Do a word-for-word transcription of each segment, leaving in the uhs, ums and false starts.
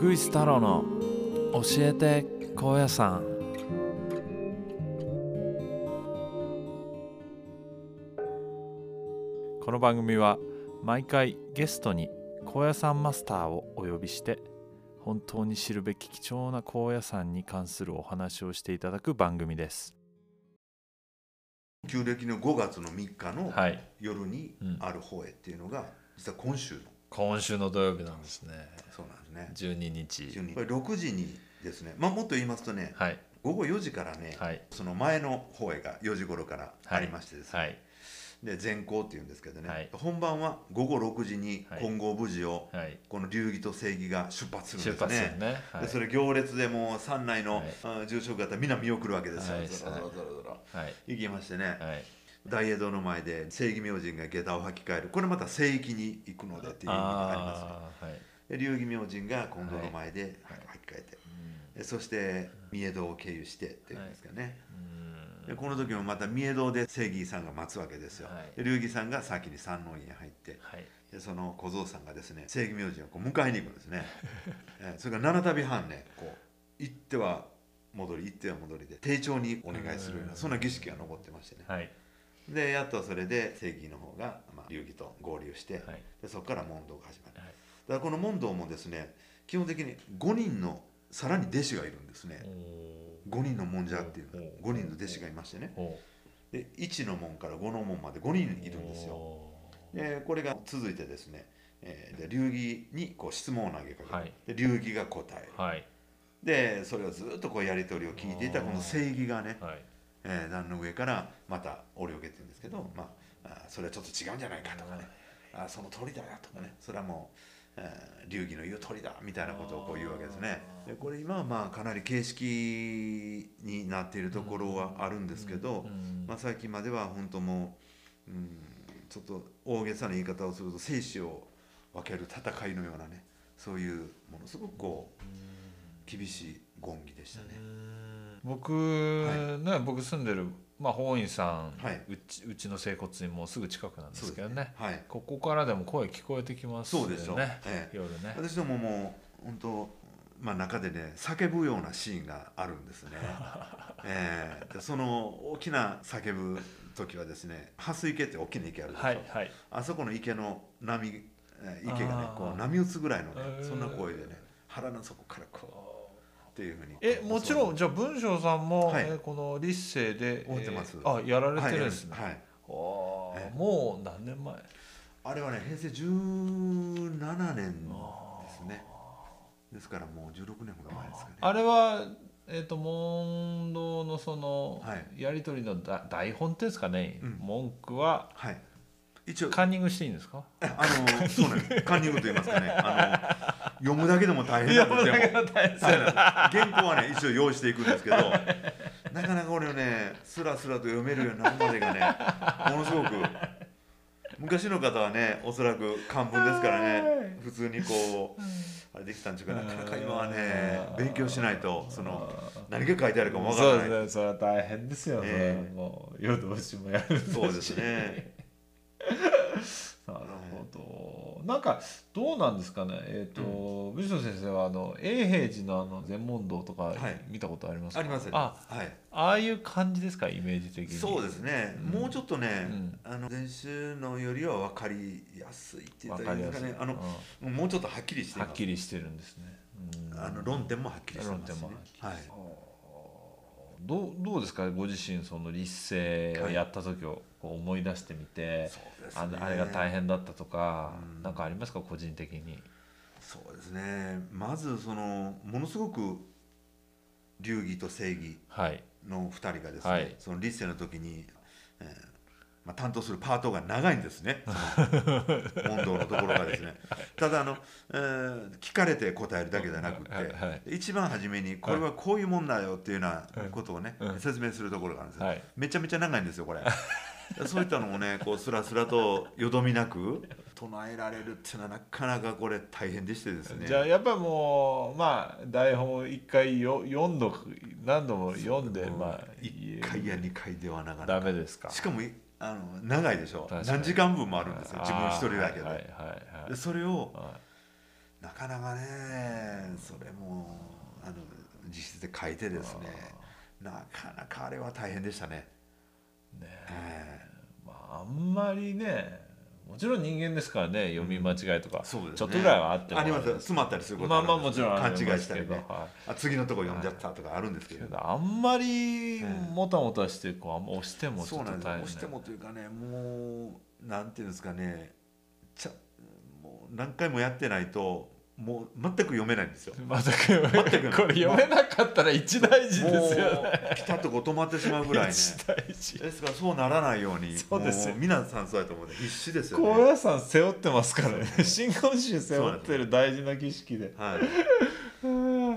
グイス太郎の教えて高野山。この番組は毎回ゲストに高野山マスターをお呼びして本当に知るべき貴重な高野山に関するお話をしていただく番組です。 旧暦のごがつのみっかの夜にある方へっていうのが、実は今週の今週の土曜日なんですね。 そうなんですね。 じゅうににちこれろくじにですね、まあ、もっと言いますとね、はい、ごごよじからね、はい、その前の方へがよじ頃からありましてですね、はいはい、で前行っていうんですけどね、はい、本番はごごろくじに金剛無事を、はい、この流儀と正義が出発するんですね。出発するね、はい、でそれ行列でもう山内の、はい、住職方みんな見送るわけですよ。ゾロゾロゾロゾロ行きましてね、はい、大江戸の前で正義明神が下駄を履き替える、これまた聖域に行くのでっていう意味があります、ね。はい、で流儀明神が近藤の前で履き替えて、はい、そして三重堂を経由してっていうんですかね、はい、でこの時もまた三重堂で正義さんが待つわけですよ。はい、で流儀さんが先に山王院へ入って、はい、でその小僧さんがですね正義明神をこう迎えに行くんですね。それからななたびはんねこう行っては戻り行っては戻りで丁重にお願いするようなそんな儀式が残ってましてね、はい、でやっとそれで正義の方が、まあ、流儀と合流して、はい、でそこから問答が始まる、はい、だからこの問答もですね基本的にごにんのさらに弟子がいるんですね。ごにんの門者っていうごにんの弟子がいましてね、でいちの門からごの門までごにんいるんですよ。でこれが続いてですね、えー、で流儀にこう質問を投げかける、はい、で流儀が答える、はい、でそれをずっとこうやり取りを聞いていたこの正義がね、はい、えー、段の上からまたおりを受けてるんですけど、まあ、それはちょっと違うんじゃないかとかね、あその通りだよとかね、それはもう流儀の言う通りだみたいなことをこう言うわけですね。でこれ今はまあかなり形式になっているところはあるんですけど、まあ、最近までは本当もう、うん、ちょっと大げさな言い方をすると生死を分ける戦いのようなね、そういうものすごくこう厳しい言儀でしたね。 僕、はい、ね僕住んでる、まあ、法院さん、はい、う, ちうちの整骨院もすぐ近くなんですけど ね, ね、はい、ここからでも声聞こえてきますよね。そうでしょ、ええ、夜ね。 私どももう本当、まあ、中でね叫ぶようなシーンがあるんですね。えー、でその大きな叫ぶ時はですね、蓮水池って大きな池あるでしょ、はいはい、あそこの池の波池がねこう波打つぐらいのねそんな声でね腹の底からこうっていうふうにえもちろんじゃあ文章さんも、はい、えこの立世で、 えー、 あやられてるんですね。 はい、はい、 えー、もう何年前？ あれはね平成じゅうななねんですね。ですからもうじゅうろくねんほど前ですかね。 あれはえっ、ー、と問答のその、はい、やり取りのだ台本っていうんですかね、うん、文句は、はい、一応カンニングしていいんですか？ あのそうなんです。カンニングと言いますかね。あの読むだけでも大変なんですよ。原稿はね一応用意していくんですけど、なかなかこれをねスラスラと読めるようになるまでがねものすごく昔の方はねおそらく漢文ですからね普通にこうあれできたんですけど、なかなか今はね勉強しないとその何が書いてあるかもわからない。 そうですね、それは大変ですよね。ねもう夜通しもやるし。 そうですね。 なるほど。なんかどうなんですかね。えっ、ー、と、うん、藤野先生はあの永平寺のあの禅問答とか見たことありますか？ はい、ありますね。 あ、はい。ああいう感じですかイメージ的に。 そうですね。うん、もうちょっとね、うん、あの禅宗のよりは分かりやすいって言ったらいいですかね。あの、うん、もうちょっとはっきりしてます。 はっきりしてるんですね。 うん、あの論点もはっきりしてます、ね。論点もはっきり。はい。 どうどうですかご自身その立世をやった時を思い出してみて、はい、そうですね、あ, あれが大変だったとか何かありますか個人的に。 そうですね、まずそのものすごく流儀と正義のふたりがですね、はい、その立世の時に、えーまあ、担当するパートが長いんですね、その問答のところがですね。ただあの、えー、聞かれて答えるだけじゃなくて、はいはい、一番初めにこれはこういうもんだよっていうようなことをね、はい、説明するところがあるんですよ、はい、めちゃめちゃ長いんですよこれ。そういったのもねこうスラスラとよどみなく唱えられるっていうのはなかなかこれ大変でしてですね。 じゃあやっぱもうまあ台本を一回よ読んどく何度も読んでまあいっかいやにかいではなかなかダメですか。 しかもあの長いでしょ、何時間分もあるんですよ自分一人だけで、はいはいはいはい、でそれを、はいなかなかねそれもあの実質で書いてですね、なかなかあれは大変でしたね。 ねえ、まああんまりね、もちろん人間ですからね、読み間違いとか、うんね、ちょっとぐらいはあってもありますよ。詰まったりすることあるんです。まあまあもちろん勘違いしたりね、はい、あ次のとこ読んじゃったとかあるんですけど、 はい、あんまりもたもたしてこうあんま押してもちょっと大変、ね、 そうなんです。押してもというかね、もうなんていうんですかね、ちゃもう何回もやってないともう全く読めないんですよ。 全く読めない。これ読めなかったら一大事ですよね。 ピタッとこう止まってしまうぐらいね。一大事ですからそうならないように、そうですよ。皆さんそうやと思って必死ですよね。 高野山背負ってますからね。真言宗背負ってる大事な儀式で。はい。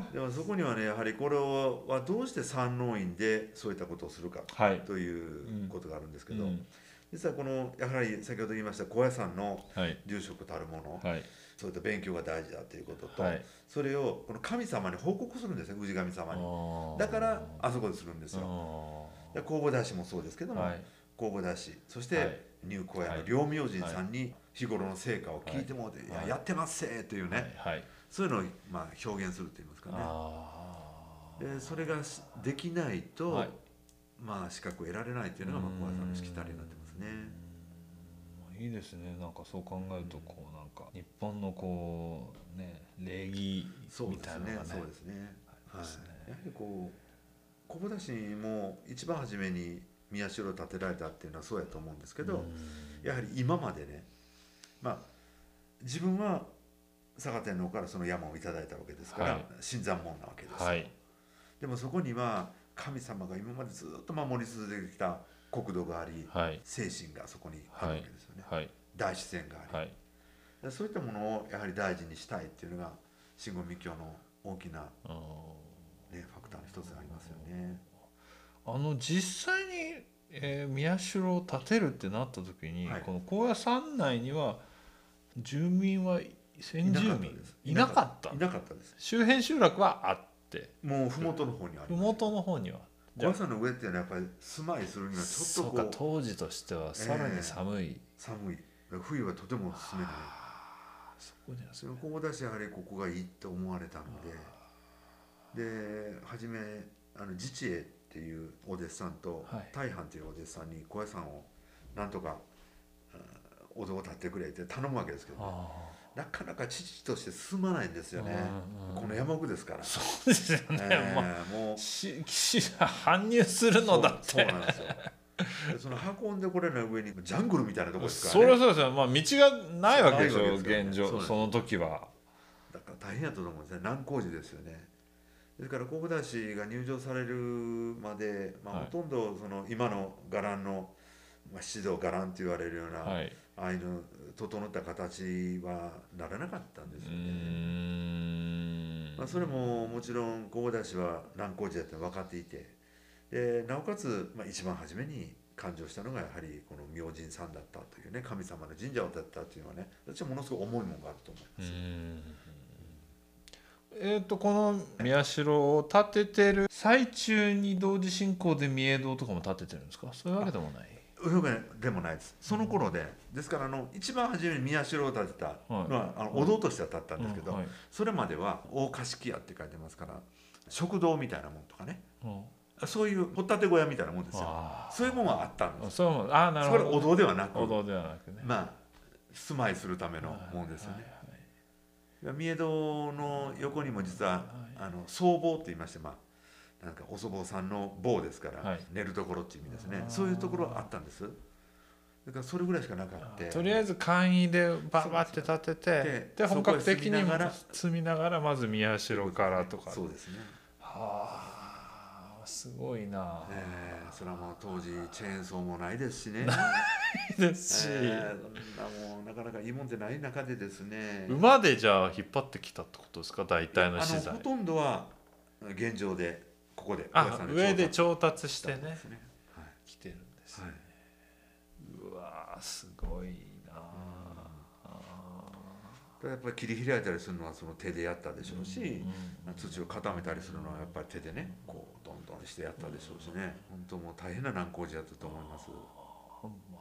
でもそこにはね、やはりこれはどうして山王院でそういったことをするかということがあるんですけど、実はこのやはり先ほど言いました高野山の住職たるもの。はい、そういった勉強が大事だということと、はい、それをこの神様に報告するんですね、氏神様に。だからあそこでするんですよ。弘法大師もそうですけども、はい、弘法大師そして入高野の両明神さんに日頃の成果を聞いてもらって、はい、いややってますせというね、はい、そういうのをまあ表現するといいますかね。でそれができないと、はい、まあ資格を得られないというのがまあ高野山のしきたりになってますね。 いいですね。なんかそう考えるとこうなんか日本のこうね礼儀みたいなのがね、 そうですね。はい。やはりこう小保田氏も一番初めに宮代を建てられたっていうのはそうやと思うんですけど、やはり今までね、まあ自分は嵯峨天皇からその山をいただいたわけですから、はい、新参門なわけですよ。はい、でもそこには神様が今までずっと守り続けてきた国土があり、はい、精神がそこにあるわけですよね、はい、大自然があり、はい、そういったものをやはり大事にしたいっていうのが真言密教の大きな、ね、ファクターの一つありますよね。 あの実際に、えー、宮代を建てるってなった時に、はい、この高野山内には住民は先住民いなかったいなかったです。 周辺集落はあってもう麓の方にあります。麓の方には高野山の上っていうのはやっぱり住まいするにはちょっとこう、そうか当時としてはさらに寒い、 えー、寒い冬はとても住めない。そこにはそこもだしやはりここがいいと思われたので、で初めあの自治栄っていうお弟子さんと、はい、大藩っていうお弟子さんに高野山をなんとかお堂を建ってくれって頼むわけですけど、ね、なかなか父として進まないんですよね、うんうん、この山奥ですから。 そうですよね、えー、もう騎士が搬入するのだって。 そうなんですよ。でその運んでこれの上にジャングルみたいなところですからね。 それはそうですよ、まあ、道がないわけでしょ現状 そ, その時は。 だから大変やったと思うんですね、難工事ですよね。ですから小保田氏が入場されるまで、まあ、ほとんどその今の伽藍の、まあ、七道伽藍と言われるような、はい、ああいうの整った形はならなかったんですよね。うーん、まあ、それももちろん小保田氏は難工事だって分かっていて、でなおかつ、まあ、一番初めに誕生したのがやはりこの明神さんだったというね、神様の神社を建てたというのはね、私はものすごく重いものがあると思います。 えー、とこの宮代を建ててる最中に同時進行で御影堂とかも建ててるんですか？そういうわけでもない。 でもないです。その頃で、ですからあの一番初めに宮代を建てたのは、はい、あのお堂としては建ったんですけど、はい、それまでは大菓敷屋って書いてますから食堂みたいなもんとかね、うん、そういう掘ったて小屋みたいなもんですよ。そういうものはあったんです。 そうあなるほど、ね、 それはお堂ではなく、 お堂ではなくね、 まあ住まいするためのものですよね。はいはいはい、御影堂の横にも実はあの僧房って言いまして、まあなんかお祖母さんの坊ですから、はい、寝るところっていう意味ですね。そういうところはあったんです。だからそれぐらいしかなかった。 とりあえず簡易でババって建てて、で本格的に住みながらまず宮代からとか。 そうですね。 はあ、すごいな。 ええー、それはもう当時チェーンソーもないですしね。 ないですし、 えー、そんなもうなかなかいいもんってない中でですね。 馬でじゃあ引っ張ってきたってことですか？大体の資材。 あのほとんどは現状でここであ上で調達してね、はい、来てるんですね。はい、うわすごいな。 やっぱり切り開いたりするのはその手でやったでしょうし、うんうん、土を固めたりするのはやっぱり手でねこうどんどんしてやったでしょうしね、本当もう大変な難工事だったと思います。 まあ、すご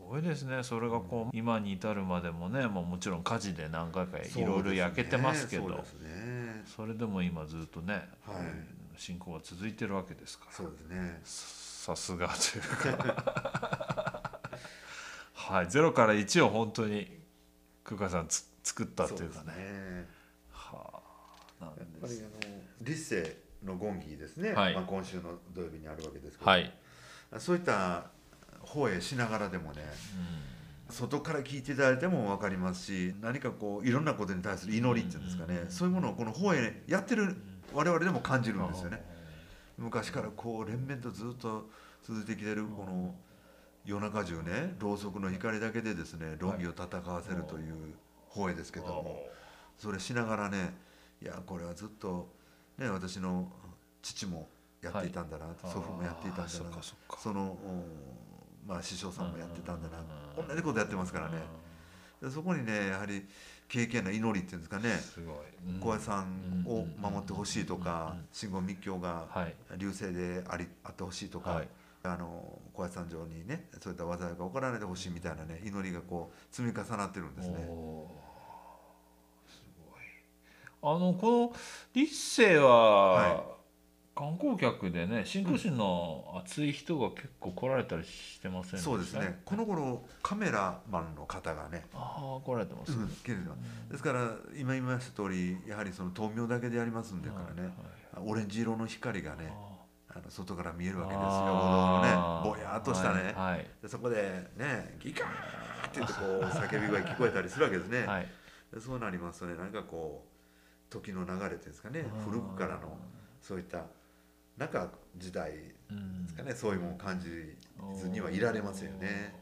ごいですね。それがこう、うん、今に至るまでもね、もうもちろん火事で何回かいろいろ焼けてますけど、 そうですね、それでも今ずっとね、はい、信仰が続いてるわけですから。 そうですね。 さすがというかはい、ゼロからいちを本当に久我さんつ作ったというかね。 はあ、なんですやっぱりあの立世の権義ですね、はい、まあ、今週の土曜日にあるわけですけど、はい、そういった放映しながらでもね、うん、外から聞いていただいても分かりますし、何かこういろんなことに対する祈りっていうんですかね、うん、そういうものをこの放映やってる我々でも感じるんですよね。昔からこう連綿とずっと続いてきてるこの夜中中ね、ろうそくの光だけでですね論議を戦わせるという放映ですけども、それしながらね、いやこれはずっとね私の父もやっていたんだな、はい、祖父もやっていたんだな、そ, その、まあ、師匠さんもやってたんだな、同じことやってますからね。でそこにねやはり経験の祈りっていうんですかね、小林さんを守ってほしいとか、真言密教が隆盛でありあってほしいとか、はい、あの小林山上にねそういった災いが起こらないでほしいみたいなね祈りがこう積み重なってるんですね。 すごい。あのこの立世は、はい、観光客でね、信仰心の熱い人が結構来られたりしてませんでした？ そうですね。この頃カメラマンの方がね、 ああ来られてます、ね。うん、 ですから今言いました通り、やはりその灯明だけでやりますんでからね、はいはい、オレンジ色の光がね、あの外から見えるわけですよ。お堂のね、ぼやっとしたね、はいはい、でそこでね、ギカーって言ってこう叫び声聞こえたりするわけですね。はい、でそうなりますとね、なんかこう時の流れっていうんですかね、古くからのそういったなんか時代ですかね、うん、そういうものを感じずにはいられますよね。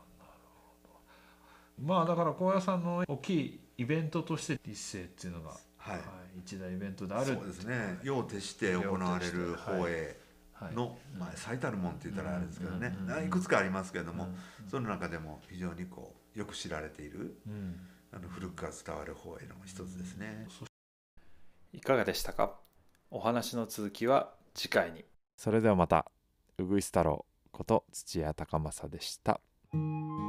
まあだから高野山の大きいイベントとして立世っていうのが、はいはい、一大イベントである。 そうですね。夜を徹して行われる放映の、はい、まあ、最たるもんって言ったらあれですけどね、うんうん、いくつかありますけれども、うんうん、その中でも非常にこうよく知られている、うん、あの古くから伝わる放映の一つですね。 いかがでしたか？お話の続きは次回に。 それではまた。うぐいす太郎こと土屋隆正でした。